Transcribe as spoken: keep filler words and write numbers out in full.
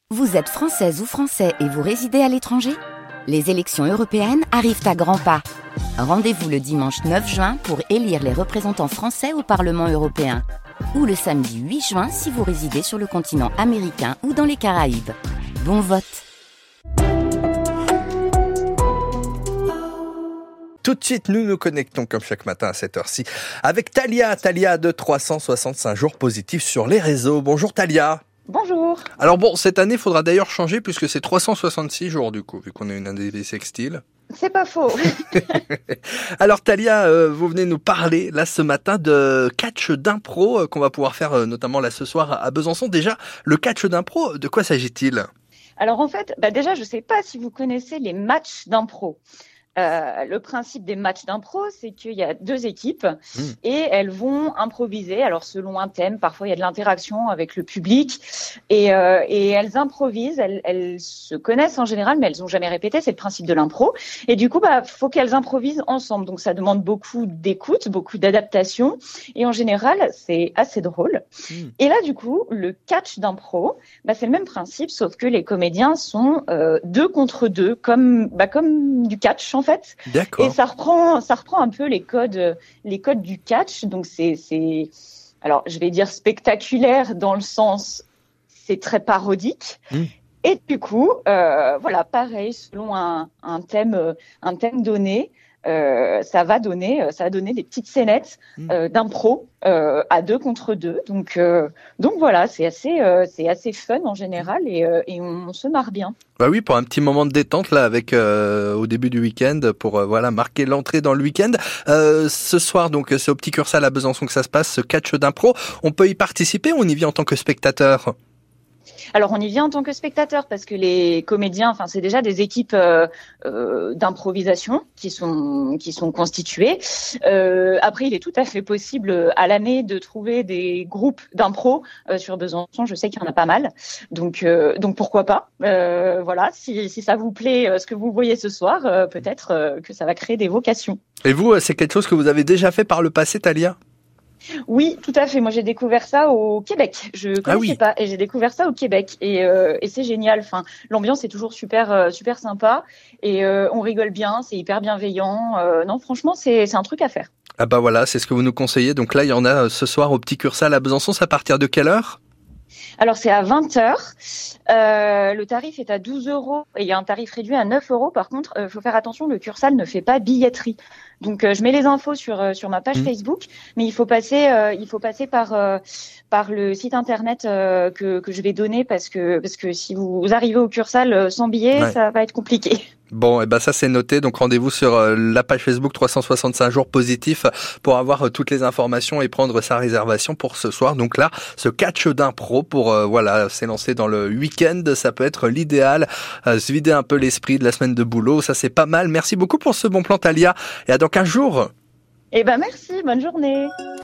Vous êtes française ou français et vous résidez à l'étranger ? Les élections européennes arrivent à grands pas. Rendez-vous le dimanche neuf juin pour élire les représentants français au Parlement européen. Ou le samedi huit juin si vous résidez sur le continent américain ou dans les Caraïbes. Bon vote! Tout de suite, nous nous connectons comme chaque matin à cette heure-ci avec Talia, Talia de trois cent soixante-cinq jours positifs sur les réseaux. Bonjour Talia. Bonjour. Alors bon, cette année, il faudra d'ailleurs changer puisque c'est trois cent soixante-six jours du coup, vu qu'on est une année sextile. C'est pas faux. Alors Talia, euh, vous venez nous parler là ce matin de catch d'impro euh, qu'on va pouvoir faire euh, notamment là ce soir à Besançon. Déjà, le catch d'impro, de quoi s'agit-il ? Alors en fait, bah déjà, je sais pas si vous connaissez les matchs d'impro. Euh, le principe des matchs d'impro, c'est qu'il y a deux équipes mmh. et elles vont improviser. Alors selon un thème, parfois il y a de l'interaction avec le public et, euh, et elles improvisent. Elles, elles se connaissent en général, mais elles ont jamais répété. C'est le principe de l'impro. Et du coup, bah faut qu'elles improvisent ensemble. Donc ça demande beaucoup d'écoute, beaucoup d'adaptation. Et en général, c'est assez drôle. Mmh. Et là, du coup, le catch d'impro, bah c'est le même principe, sauf que les comédiens sont euh, deux contre deux, comme bah comme du catch en fait. D'accord. Et ça reprend, ça reprend un peu les codes, les codes du catch. Donc c'est, c'est, alors je vais dire spectaculaire dans le sens, c'est très parodique. Mmh. Et du coup, euh, voilà, pareil, selon un, un thème, un thème donné, euh, ça va donner, ça va donner des petites scénettes euh, d'impro euh, à deux contre deux. Donc, euh, donc voilà, c'est assez, euh, c'est assez fun en général et, euh, et on, on se marre bien. Bah oui, pour un petit moment de détente là, avec euh, au début du week-end, pour euh, voilà marquer l'entrée dans le week-end. Euh, ce soir, donc, c'est au Petit Cursal à Besançon que ça se passe, ce catch d'impro. On peut y participer ou on y vient en tant que spectateur ? Alors, on y vient en tant que spectateur parce que les comédiens, enfin, c'est déjà des équipes euh, euh, d'improvisation qui sont qui sont constituées. Euh, après, il est tout à fait possible à l'année de trouver des groupes d'impro euh, sur Besançon. Je sais qu'il y en a pas mal, donc euh, donc pourquoi pas. Euh, voilà, si si ça vous plaît, euh, ce que vous voyez ce soir, euh, peut-être euh, que ça va créer des vocations. Et vous, c'est quelque chose que vous avez déjà fait par le passé, Talia ? Oui, tout à fait. Moi, j'ai découvert ça au Québec. Je connaissais ah oui. pas et j'ai découvert ça au Québec et, euh, et c'est génial. Enfin, l'ambiance est toujours super, euh, super sympa et euh, on rigole bien. C'est hyper bienveillant. Euh, non, franchement, c'est, c'est un truc à faire. Ah bah voilà, c'est ce que vous nous conseillez. Donc là, il y en a ce soir au Petit Cursal à Besançon. C'est à partir de quelle heure ? Alors, c'est à vingt heures. Euh, le tarif est à douze euros et il y a un tarif réduit à neuf euros. Par contre, il euh, faut faire attention, le Cursal ne fait pas billetterie. Donc, euh, je mets les infos sur euh, sur ma page mmh. Facebook, mais il faut passer euh, il faut passer par euh, par le site internet euh, que que je vais donner parce que parce que si vous arrivez au Cursal sans billet, ouais. ça va être compliqué. Bon, et eh ben ça c'est noté. Donc rendez-vous sur euh, la page Facebook trois cent soixante-cinq jours positifs pour avoir euh, toutes les informations et prendre sa réservation pour ce soir. Donc là, ce catch d'impro pour euh, voilà s'élancer dans le week-end, ça peut être l'idéal. Euh, se vider un peu l'esprit de la semaine de boulot, ça c'est pas mal. Merci beaucoup pour ce bon plan, Talia. Et à dans quinze jours. Eh ben merci, bonne journée.